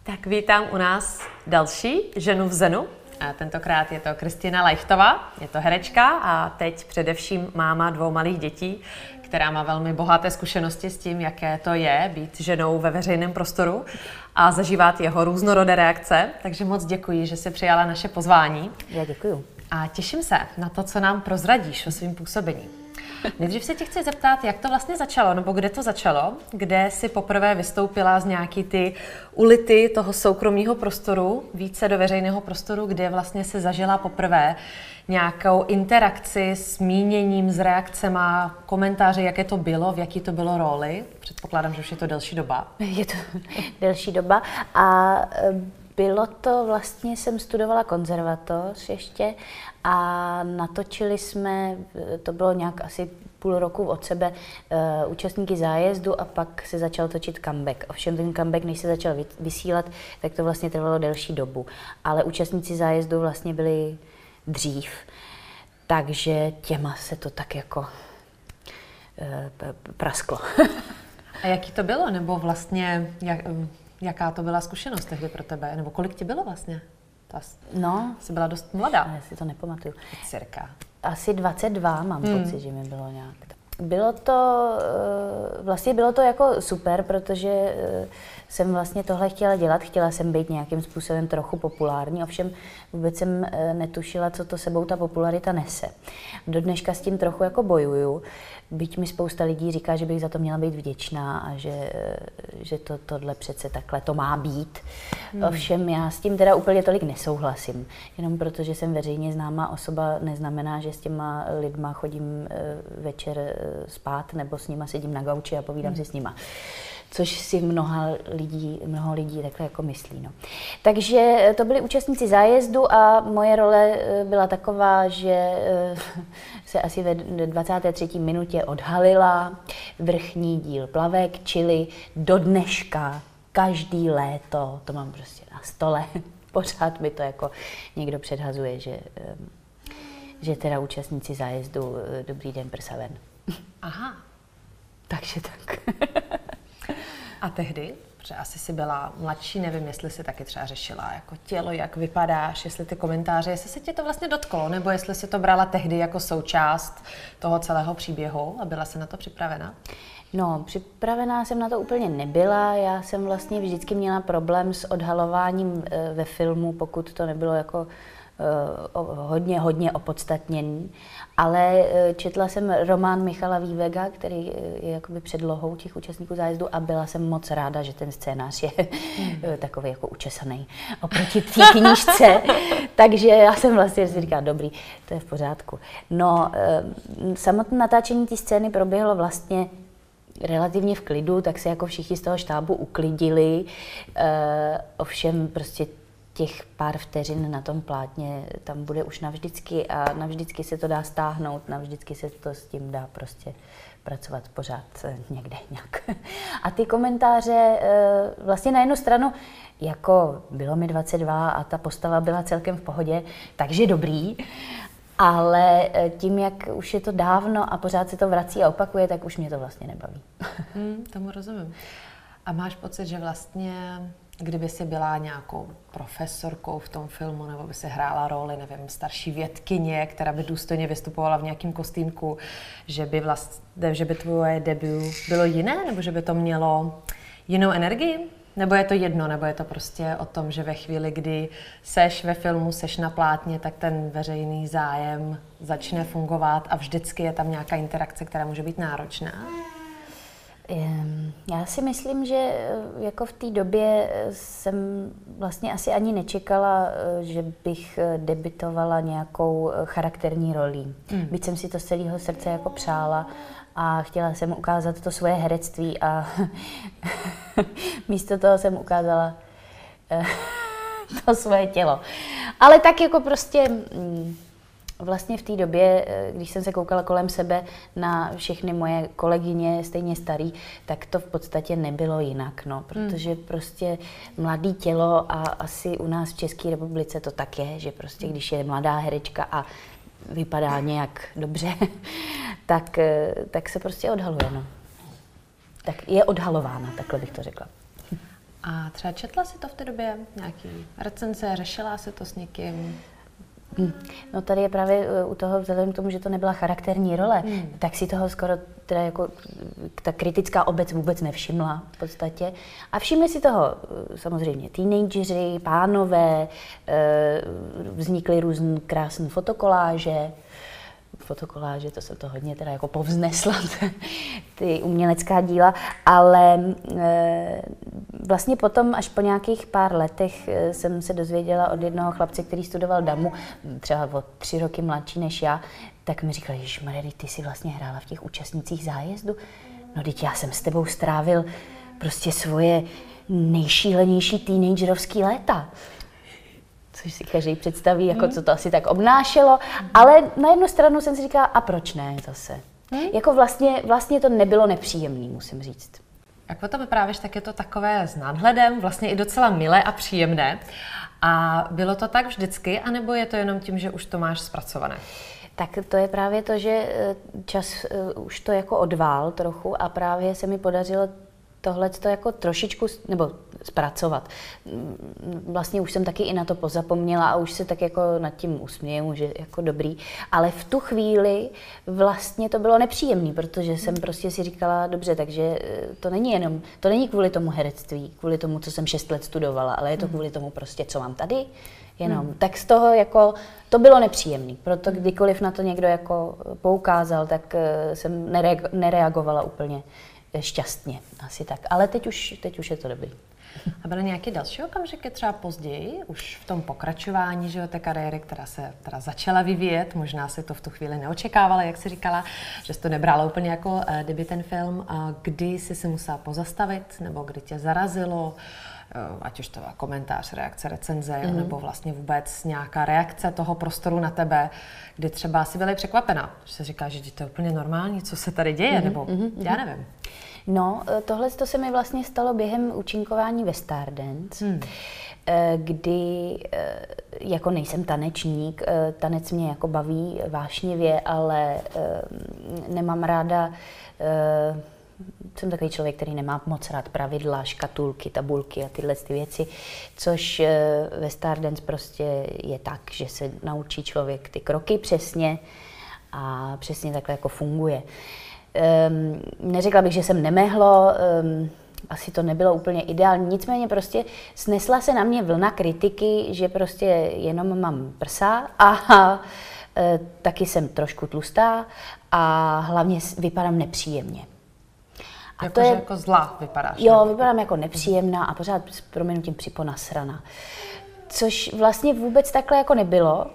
Tak vítám u nás další ženu v Zenu. A tentokrát je to Kristina Lajchtová, je to herečka a teď především máma 2 malých dětí, která má velmi bohaté zkušenosti s tím, jaké to je být ženou ve veřejném prostoru a zažívat jeho různorodé reakce. Takže moc děkuji, že jsi přijala naše pozvání. Já děkuju. A těším se na to, co nám prozradíš o svým působení. Nejdřív se tě chci zeptat, jak to vlastně začalo, nebo kde to začalo, kde jsi poprvé vystoupila z nějaký ty ulity toho soukromého prostoru, více do veřejného prostoru, kde vlastně si zažila poprvé nějakou interakci s míněním, s reakcema, komentáři, jaké to bylo, v jaký to bylo roli. Předpokládám, že už je to delší doba. Je to delší doba a bylo to vlastně, jsem studovala konzervatoř ještě a natočili jsme, to bylo nějak asi půl roku od sebe, účastníky zájezdu a pak se začal točit comeback. Ovšem ten comeback, než se začal vysílat, tak to vlastně trvalo delší dobu. Ale účastníci zájezdu vlastně byli dřív, takže těma se to tak jako prasklo. A jaký to bylo? Nebo vlastně, jaká to byla zkušenost tehdy pro tebe? Nebo kolik ti bylo vlastně? No, jsi byla dost mladá. Já si to nepamatuju. Cirka. Asi 22 mám pocit, že mi bylo nějak. Bylo to, vlastně bylo to jako super, protože jsem vlastně tohle chtěla dělat. Chtěla jsem být nějakým způsobem trochu populární, ovšem vůbec jsem netušila, co to sebou ta popularita nese. Do dneška s tím trochu jako bojuju, byť mi spousta lidí říká, že bych za to měla být vděčná a že tohle přece takhle to má být. Ovšem já s tím teda úplně tolik nesouhlasím. Jenom protože jsem veřejně známá osoba, neznamená, že s těma lidma chodím večer spát nebo s nima sedím na gauči a povídám si s nima. Což si mnoho lidí takhle jako myslí. No. Takže to byli účastníci zájezdu a moje role byla taková, že se asi ve 23. minutě odhalila vrchní díl Plavek, čili do dneška, každý léto, to mám prostě na stole, pořád mi to jako někdo předhazuje, že teda účastníci zájezdu dobrý den, prsa ven. Aha. Takže tak. A tehdy, protože asi jsi byla mladší, nevím, jestli jsi taky třeba řešila jako tělo, jak vypadáš, jestli ty komentáře, jestli se tě to vlastně dotklo, nebo jestli jsi to brala tehdy jako součást toho celého příběhu a byla jsi na to připravena? No, připravená jsem na to úplně nebyla. Já jsem vlastně vždycky měla problém s odhalováním ve filmu, pokud to nebylo jako hodně opodstatněný, ale četla jsem román Michala Vývega, který je jakoby předlohou těch účastníků zájezdu a byla jsem moc ráda, že ten scénář je takový jako učesaný oproti té knížce, takže já jsem vlastně si říkala, dobrý, to je v pořádku. No, samotné natáčení té scény proběhlo vlastně relativně v klidu, tak se jako všichni z toho štábu uklidili, ovšem prostě těch pár vteřin na tom plátně tam bude už navždycky a navždycky se to dá stáhnout, navždycky se to s tím dá prostě pracovat pořád někde nějak. A ty komentáře vlastně na jednu stranu, jako bylo mi 22 a ta postava byla celkem v pohodě, takže dobrý, ale tím, jak už je to dávno a pořád se to vrací a opakuje, tak už mě to vlastně nebaví. Tomu rozumím. A máš pocit, že vlastně kdyby jsi byla nějakou profesorkou v tom filmu, nebo by si hrála roli, nevím, starší vědkyně, která by důstojně vystupovala v nějakém kostýmku, že by tvoje debut bylo jiné, nebo že by to mělo jinou energii? Nebo je to jedno, nebo je to prostě o tom, že ve chvíli, kdy seš ve filmu, seš na plátně, tak ten veřejný zájem začne fungovat a vždycky je tam nějaká interakce, která může být náročná? Já si myslím, že jako v té době jsem vlastně asi ani nečekala, že bych debitovala nějakou charakterní rolí. Byť jsem si to z celého srdce jako přála a chtěla jsem ukázat to svoje herectví a místo toho jsem ukázala to svoje tělo. Ale tak jako prostě vlastně v té době, když jsem se koukala kolem sebe na všechny moje kolegyně stejně starý, tak to v podstatě nebylo jinak, no, protože prostě mladý tělo a asi u nás v České republice to tak je, že prostě když je mladá herečka a vypadá nějak dobře, tak se prostě odhaluje, no. Tak je odhalována, takhle bych to řekla. A třeba četla si to v té době? Nějaký recenze, řešila si to s někým? No tady je právě u toho, vzhledem k tomu, že to nebyla charakterní role, tak si toho skoro teda jako ta kritická obec vůbec nevšimla v podstatě. A všimli si toho samozřejmě teenageři, pánové, vznikly různé krásné fotokoláže, to se to hodně teda jako povznesla, ty umělecká díla, ale vlastně potom až po nějakých pár letech jsem se dozvěděla od jednoho chlapce, který studoval DAMu, třeba o 3 roky mladší než já, tak mi říkal, ježišmarja, ty jsi vlastně hrála v těch účastnících zájezdu? No teď já jsem s tebou strávil prostě svoje nejšílenější teenagerovský léta. Což si každý představí, jako co to asi tak obnášelo, ale na jednu stranu jsem si říkala, a proč ne zase? Jako vlastně to nebylo nepříjemné, musím říct. Jak o tom vyprávíš, tak je to takové s nadhledem, vlastně i docela milé a příjemné. A bylo to tak vždycky, anebo je to jenom tím, že už to máš zpracované? Tak to je právě to, že čas už to jako odvál trochu a právě se mi podařilo tohleto jako trošičku nebo zpracovat. Vlastně už jsem taky i na to pozapomněla a už se tak jako nad tím usměju, že jako dobrý. Ale v tu chvíli vlastně to bylo nepříjemné, protože jsem prostě si říkala, dobře, takže to není kvůli tomu herectví, kvůli tomu, co jsem 6 let studovala, ale je to kvůli tomu prostě, co mám tady. Jenom. Tak z toho jako, to bylo nepříjemné, proto kdykoliv na to někdo jako poukázal, tak jsem nereagovala úplně šťastně, asi tak. Ale teď už je to dobrý. A byly nějaké další okamžiky třeba později, už v tom pokračování, že jo, té kariéry, která se teda začala vyvíjet, možná se to v tu chvíli neočekávala, jak jsi říkala, že jsi to nebrala úplně jako kdyby ten film, kdy jsi se musela pozastavit, nebo kdy tě zarazilo, ať už to byla komentář, reakce, recenze, nebo vlastně vůbec nějaká reakce toho prostoru na tebe, kdy třeba si byla překvapená, že se říká, že to je úplně normální, co se tady děje, nebo já nevím. No, tohle to se mi vlastně stalo během účinkování ve Stardance, kdy jako nejsem tanečník, tanec mě jako baví vášnivě, ale nemám ráda, jsem takový člověk, který nemá moc rád pravidla, škatulky, tabulky a tyhle ty věci, což ve Stardance prostě je tak, že se naučí člověk ty kroky přesně a přesně takhle jako funguje. Neřekla bych, že jsem nemehlo, asi to nebylo úplně ideální, nicméně prostě snesla se na mě vlna kritiky, že prostě jenom mám prsa a taky jsem trošku tlustá a hlavně vypadám nepříjemně. A jako, to je jako zlá vypadáš. Jo, vypadám jako nepříjemná a pořád s prominutím připonasraná. Což vlastně vůbec takhle jako nebylo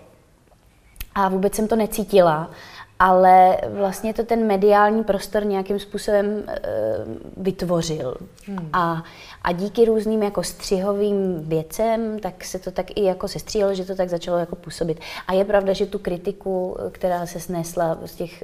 a vůbec jsem to necítila. Ale vlastně to ten mediální prostor nějakým způsobem vytvořil. A díky různým jako střihovým věcem, tak se to tak i jako sestříhalo, že to tak začalo jako působit. A je pravda, že tu kritiku, která se snesla z těch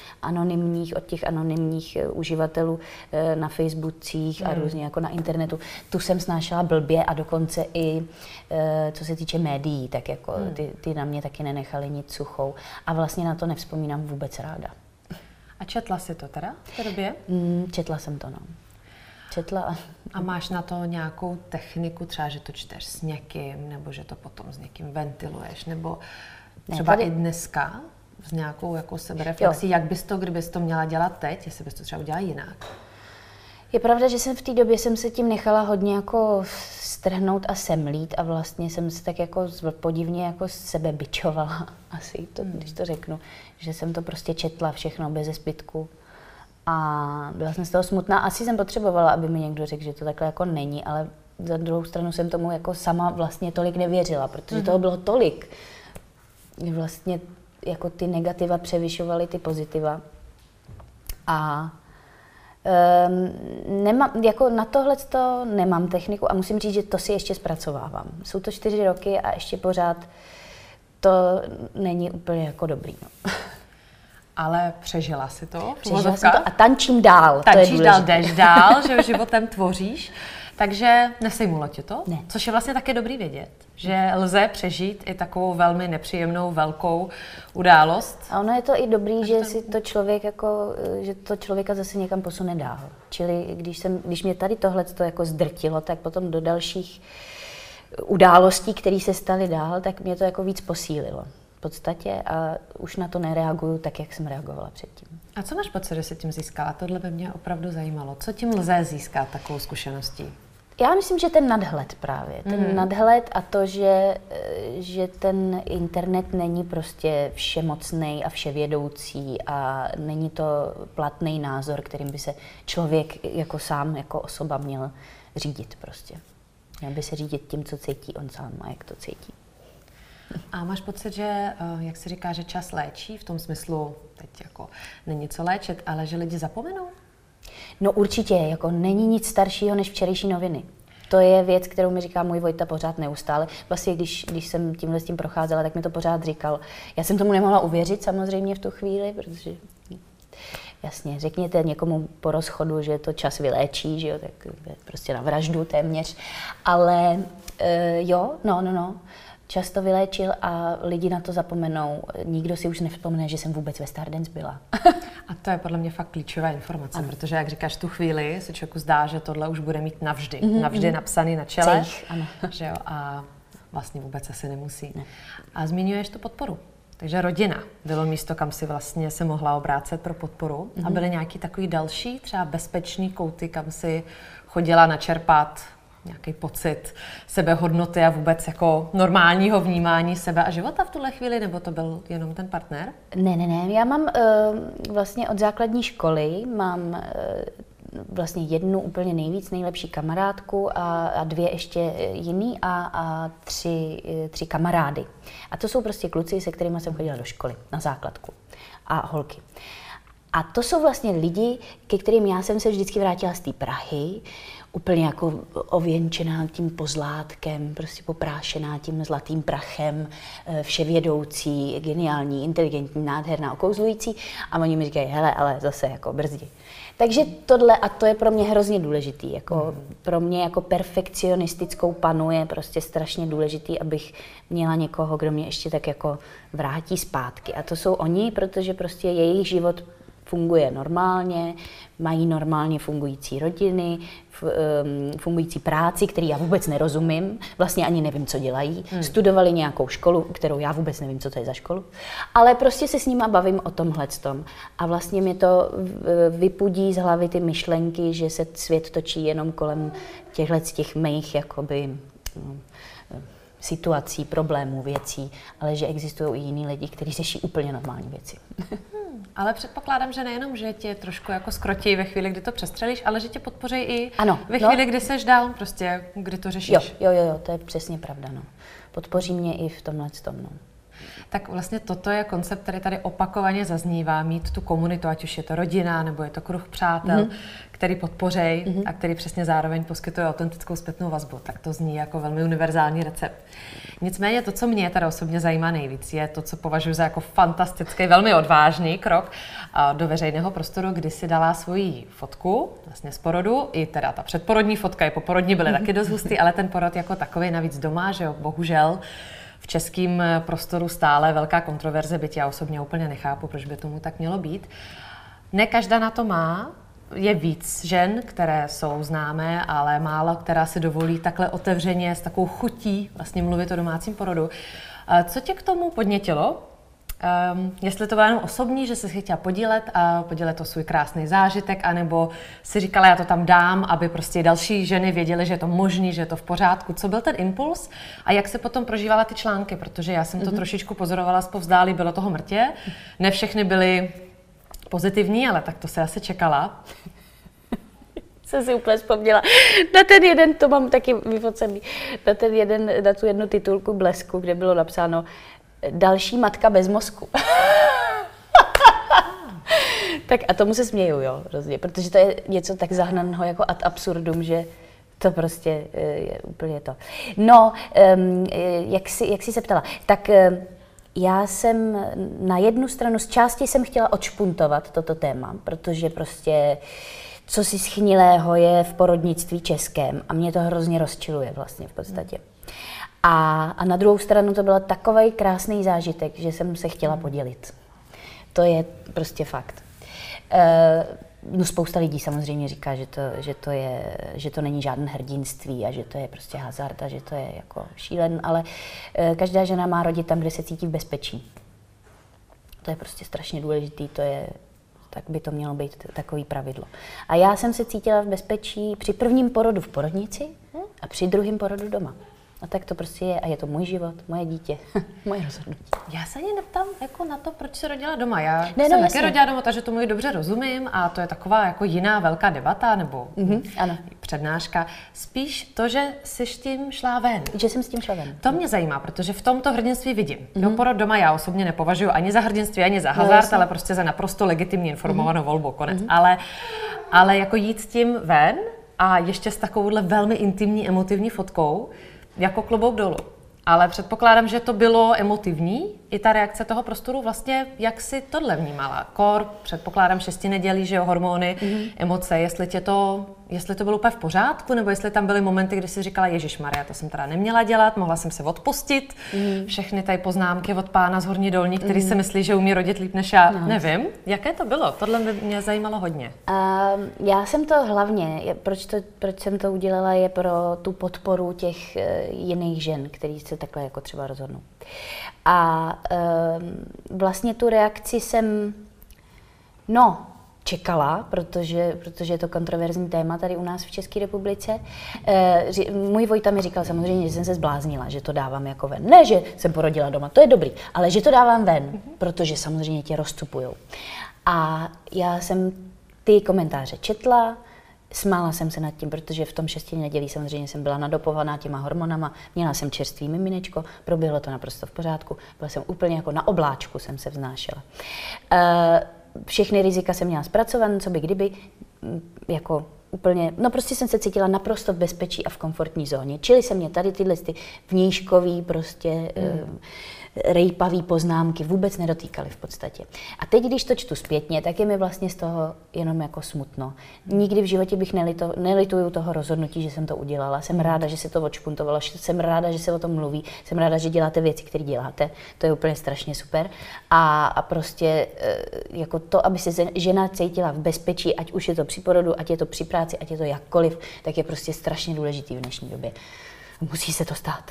od těch anonymních uživatelů na Facebookcích a různě jako na internetu, tu jsem snášela blbě a dokonce i co se týče médií, tak jako ty na mě taky nenechali nic suchou. A vlastně na to nevzpomínám vůbec ráda. A četla jsi to teda v té době? Četla jsem to, no. Četla. A máš na to nějakou techniku, třeba, že to čteš s někým, nebo že to potom s někým ventiluješ, nebo třeba i dneska s nějakou jako sebereflexí, jak bys to, kdybys to měla dělat teď, jestli bys to třeba udělala jinak? Je pravda, že jsem v té době se tím nechala hodně jako strhnout a semlít a vlastně jsem se tak jako podivně jako sebe bičovala, asi to, když to řeknu, že jsem to prostě četla všechno bez zbytku a byla jsem z toho smutná. Asi jsem potřebovala, aby mi někdo řekl, že to takhle jako není, ale za druhou stranu jsem tomu jako sama vlastně tolik nevěřila, protože toho bylo tolik. Vlastně jako ty negativa převyšovaly ty pozitiva a jako na tohleto nemám techniku a musím říct, že to si ještě zpracovávám. Jsou to 4 roky a ještě pořád to není úplně jako dobrý. No. Ale přežila si to? Přežila jsem to a tančím dál. Tančíš dál, jdeš dál, že životem tvoříš. Takže nesejmulo tě to? Ne. Což je vlastně taky dobrý vědět, že lze přežít i takovou velmi nepříjemnou, velkou událost. A ono je to i dobrý, že si to člověk jako, že to člověka zase někam posune dál. Čili když mě tady tohle jako zdrtilo, tak potom do dalších událostí, které se staly dál, tak mě to jako víc posílilo v podstatě a už na to nereaguju tak, jak jsem reagovala předtím. A co máš pocit, že jsi tím získala? Tohle by mě opravdu zajímalo. Co tím lze získat takovou zkušeností? Já myslím, že ten nadhled právě. Ten nadhled a to, že ten internet není prostě všemocný a vševědoucí a není to platný názor, kterým by se člověk jako sám, jako osoba měl řídit prostě. Měl by se řídit tím, co cítí on sám a jak to cítí. A máš pocit, že, jak se říká, že čas léčí, v tom smyslu, teď jako není co léčit, ale že lidi zapomenou? No určitě, jako není nic staršího než včerejší noviny. To je věc, kterou mi říká můj Vojta pořád neustále. Vlastně, když jsem tímhle s tím procházela, tak mi to pořád říkal. Já jsem tomu nemohla uvěřit samozřejmě v tu chvíli, protože jasně, řekněte někomu po rozchodu, že to čas vyléčí, že jo, tak prostě na vraždu téměř. Ale jo, no. Čas to vyléčil a lidi na to zapomenou. Nikdo si už nevzpomene, že jsem vůbec ve Stardance byla. A to je podle mě fakt klíčová informace, protože jak říkáš, tu chvíli se člověku zdá, že tohle už bude mít navždy. Navždy napsaný na čele. Ano. Že jo, a vlastně vůbec asi nemusí. Ne. A zmiňuješ tu podporu. Takže rodina bylo místo, kam si vlastně se mohla obrácet pro podporu. A byly nějaký takový další, třeba bezpečný kouty, kam si chodila načerpat nějaký pocit sebehodnoty a vůbec jako normálního vnímání sebe a života v tuhle chvíli, nebo to byl jenom ten partner? Ne. Já mám vlastně od základní školy mám vlastně jednu úplně nejlepší kamarádku a dvě ještě jiný a tři kamarády. A to jsou prostě kluci, se kterými jsem chodila do školy na základku a holky. A to jsou vlastně lidi, ke kterým já jsem se vždycky vrátila z té Prahy, úplně jako ověnčená tím pozlátkem, prostě poprášená tím zlatým prachem, vševědoucí, geniální, inteligentní, nádherná, okouzlující. A oni mi říkají, hele, ale zase jako brzdi. Takže tohle, a to je pro mě hrozně důležitý, jako pro mě jako perfekcionistickou panu je prostě strašně důležitý, abych měla někoho, kdo mě ještě tak jako vrátí zpátky. A to jsou oni, protože prostě jejich život funguje normálně, mají normálně fungující rodiny, fungující práci, který já vůbec nerozumím, vlastně ani nevím, co dělají. Studovali nějakou školu, kterou já vůbec nevím, co to je za školu, ale prostě se s nima bavím o tomhletom. A vlastně mě to vypudí z hlavy ty myšlenky, že se svět točí jenom kolem těch mých jakoby situací, problémů, věcí, ale že existují i jiní lidi, kteří řeší úplně normální věci. Ale předpokládám, že nejenom, že tě trošku jako skrotí ve chvíli, kdy to přestřelíš, ale že tě podpoří i ve chvíli, kdy seš dál, prostě, kdy to řešíš. Jo, to je přesně pravda, no. Podpoří mě i v tomhletom, no. Tak vlastně toto je koncept, který tady opakovaně zaznívá, mít tu komunitu, ať už je to rodina, nebo je to kruh přátel, který podpořej a který přesně zároveň poskytuje autentickou zpětnou vazbu. Tak to zní jako velmi univerzální recept. Nicméně to, co mě tady osobně zajímá nejvíc, je to, co považuji za jako fantastický, velmi odvážný krok do veřejného prostoru, kdy si dala svoji fotku vlastně z porodu, i teda ta předporodní fotka, i poporodní byly taky dost hustý, ale ten porod jako takový navíc doma, že jo, bohužel v českém prostoru stále velká kontroverze, byť já osobně úplně nechápu, proč by tomu tak mělo být. Ne každá na to má, je víc žen, které jsou známé, ale málo, která si dovolí takhle otevřeně s takovou chutí vlastně mluvit o domácím porodu. Co tě k tomu podnětilo? Jestli to bylo jenom osobní, že jsi chtěla podílet o svůj krásný zážitek, anebo si říkala, já to tam dám, aby prostě další ženy věděly, že je to možný, že je to v pořádku. Co byl ten impuls a jak se potom prožívala ty články? Protože já jsem to trošičku pozorovala zpovzdálí, bylo toho mrtě. Ne všechny byly pozitivní, ale tak to se asi čekala. Jsem si úplně vzpomněla. Na ten jeden, to mám taky vyfocený, na tu jednu titulku Blesku, kde bylo napsáno další matka bez mozku. Tak a tomu se směju, jo, hrozně, protože to je něco tak zahnaného jako ad absurdum, že to prostě je úplně to. No, jak jsi se ptala, tak já jsem na jednu stranu z části jsem chtěla odšpuntovat toto téma, protože prostě co si schnilého je v porodnictví českém a mě to hrozně rozčiluje vlastně v podstatě. A na druhou stranu to byl takový krásný zážitek, že jsem se chtěla podělit. To je prostě fakt. No, spousta lidí samozřejmě říká, že to není žádné hrdinství a že to je prostě hazard a že to je jako šílen, ale každá žena má rodit tam, kde se cítí v bezpečí. To je prostě strašně důležitý, tak by to mělo být takový pravidlo. A já jsem se cítila v bezpečí při prvním porodu v porodnici a při druhém porodu doma. A tak to prostě je a je to můj život, moje dítě, moje rozhodnutí. Já se ani neptám jako na to, proč se rodila doma. Já jsem taky rodila doma, takže tomu dobře rozumím a to je taková jako jiná velká debata nebo ano. přednáška. Spíš to, že jsi s tím šla ven. Že jsem s tím šla ven. To mě zajímá, protože v tomto hrdinství vidím. Jo, porod doma já osobně nepovažuji ani za hrdinství, ani za hazard, ale prostě za naprosto legitimní informovanou volbu, konec. Ale jako jít s tím ven a ještě s takovouhle velmi intimní, emotivní fotkou, jako klobouk dolů. Ale předpokládám, že to bylo emotivní, i ta reakce toho prostoru vlastně, jak si tohle vnímala. Kor, předpokládám 6 nedělí, že jo, hormony, emoce, jestli to bylo úplně v pořádku, nebo jestli tam byly momenty, kdy si říkala, Ježišmarja, to jsem teda neměla dělat, mohla jsem se odpustit, všechny tady poznámky od pána z Horní Dolní, který se myslí, že umí rodit líp než já, nevím. Jaké to bylo? Tohle by mě zajímalo hodně. Já jsem to hlavně, proč jsem to udělala, je pro tu podporu těch jiných žen, který se takhle jako třeba rozhodnou. A vlastně tu reakci jsem, čekala, protože je to kontroverzní téma tady u nás v České republice. Můj Vojta mi říkal samozřejmě, že jsem se zbláznila, že to dávám jako ven. Ne, že jsem porodila doma, to je dobrý, ale že to dávám ven, protože samozřejmě tě rozcupujou. A já jsem ty komentáře četla, smála jsem se nad tím, protože v tom 6 nedělí samozřejmě jsem byla nadopovaná těma hormonama, měla jsem čerstvý miminečko, proběhlo to naprosto v pořádku, byla jsem úplně jako na obláčku jsem se vznášela. Všechny rizika jsem měla zpracované, co by kdyby, jako úplně, prostě jsem se cítila naprosto v bezpečí a v komfortní zóně. Čili se mě tady tyhle vnížkový prostě rejpavý poznámky vůbec nedotýkaly v podstatě. A teď, když to čtu zpětně, tak je mi vlastně z toho jenom jako smutno. Nikdy v životě bych nelituju toho rozhodnutí, že jsem to udělala. Jsem ráda, že se to odšpuntovalo, jsem ráda, že se o tom mluví, jsem ráda, že děláte věci, které děláte. To je úplně strašně super. A prostě jako to, aby se žena cítila v bezpečí, ať už je to při porodu, ať je to při práci, ať je to jakkoliv, tak je prostě strašně důležitý v dnešní době. Musí se to stát.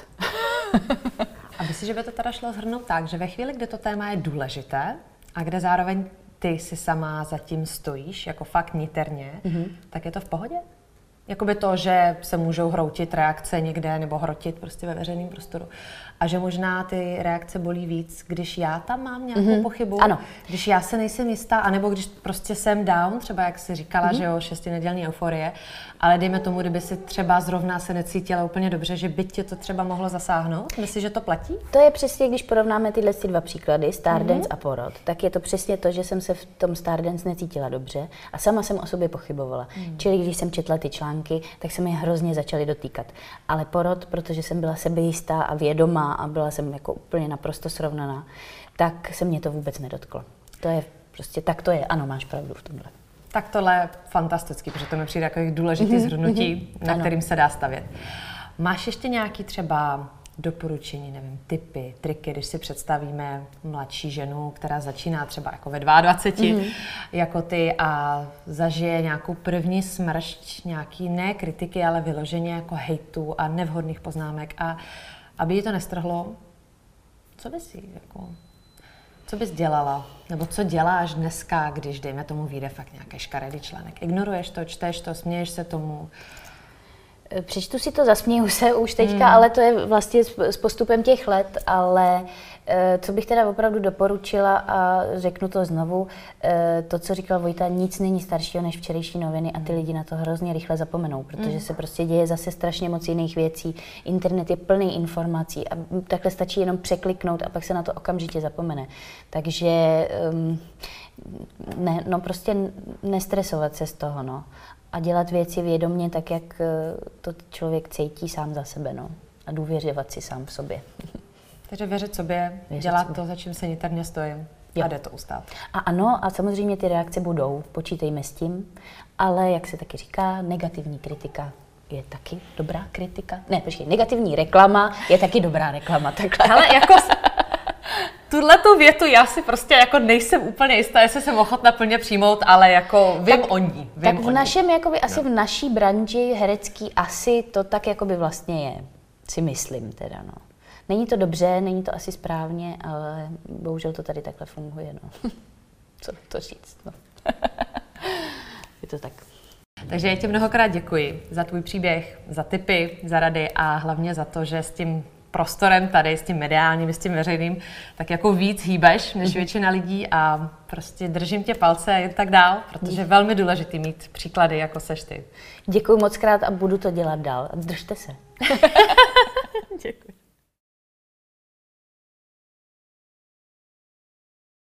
A myslím, že by to teda šlo shrnout tak, že ve chvíli, kdy to téma je důležité a kde zároveň ty si sama zatím stojíš, jako fakt niterně, tak je to v pohodě? Jakoby to, že se můžou hroutit reakce někde nebo hrotit prostě ve veřejném prostoru. A že možná ty reakce bolí víc, když já tam mám nějakou pochybu, ano. Když já se nejsem jistá, anebo když prostě jsem down, třeba jak jsi říkala, že jo, 6nedělní euforie, ale dejme tomu, kdyby si třeba zrovna se necítila úplně dobře, že by tě to třeba mohlo zasáhnout. Myslíš, že to platí? To je přesně, když porovnáme tyhle 2 příklady, Stardance a porod, tak je to přesně to, že jsem se v tom Stardance necítila dobře a sama jsem o sobě pochybovala. Čili když jsem četla ty články, tak se mi hrozně začaly dotýkat. Ale porod, protože jsem byla sebejistá a vědomá a byla jsem jako úplně naprosto srovnaná, tak se mě to vůbec nedotklo. To je prostě, tak to je, ano, máš pravdu v tomhle. Tak tohle je fantastický, protože to mi přijde jako důležitý shrnutí, na kterým se dá stavět. Máš ještě nějaký třeba doporučení, nevím, tipy, triky, když si představíme mladší ženu, která začíná třeba jako ve 22, jako ty a zažije nějakou první smršť, nějaký ne kritiky, ale vyloženě jako hejtu a nevhodných poznámek a aby jí to nestrhlo, co bys dělala? Nebo co děláš dneska, když, dejme tomu, vyjde fakt nějaký škaredý článek? Ignoruješ to, čteš to, směješ se tomu? Přečtu si to, zasměju se už teďka, ale to je vlastně s postupem těch let, ale co bych teda opravdu doporučila a řeknu to znovu, to, co říkal Vojta, nic není staršího než včerejší noviny a ty lidi na to hrozně rychle zapomenou, protože se prostě děje zase strašně moc jiných věcí, internet je plný informací a takhle stačí jenom překliknout a pak se na to okamžitě zapomene. Takže prostě nestresovat se z toho, a dělat věci vědomě tak, jak to člověk cítí sám za sebe, a důvěřovat si sám v sobě. Takže věřit sobě, dělat to, za čím se niterně stojím. A jde to ustát. A ano, a samozřejmě ty reakce budou, počítejme s tím, ale jak se taky říká, negativní kritika je taky dobrá kritika. Ne, počkej, negativní reklama je taky dobrá reklama. Takhle. Ale jako tuhletu větu já si prostě jako nejsem úplně jistá, jestli jsem ochotna plně přijmout, ale jako vím o ní. Tak v našem, jakoby, asi v naší branži herecký asi to tak jakoby vlastně je, si myslím teda, no. Není to dobře, není to asi správně, ale bohužel to tady takhle funguje, no. Co to říct, no. Je to tak. Takže já ti mnohokrát děkuji za tvůj příběh, za tipy, za rady a hlavně za to, že s tím prostorem tady, s tím mediálním, s tím veřejným, tak jako víc hýbeš než většina lidí a prostě držím tě palce a jen tak dál, protože je velmi důležitý mít příklady, jako seš ty. Děkuji moc krát a budu to dělat dál. Držte se. Děkuji.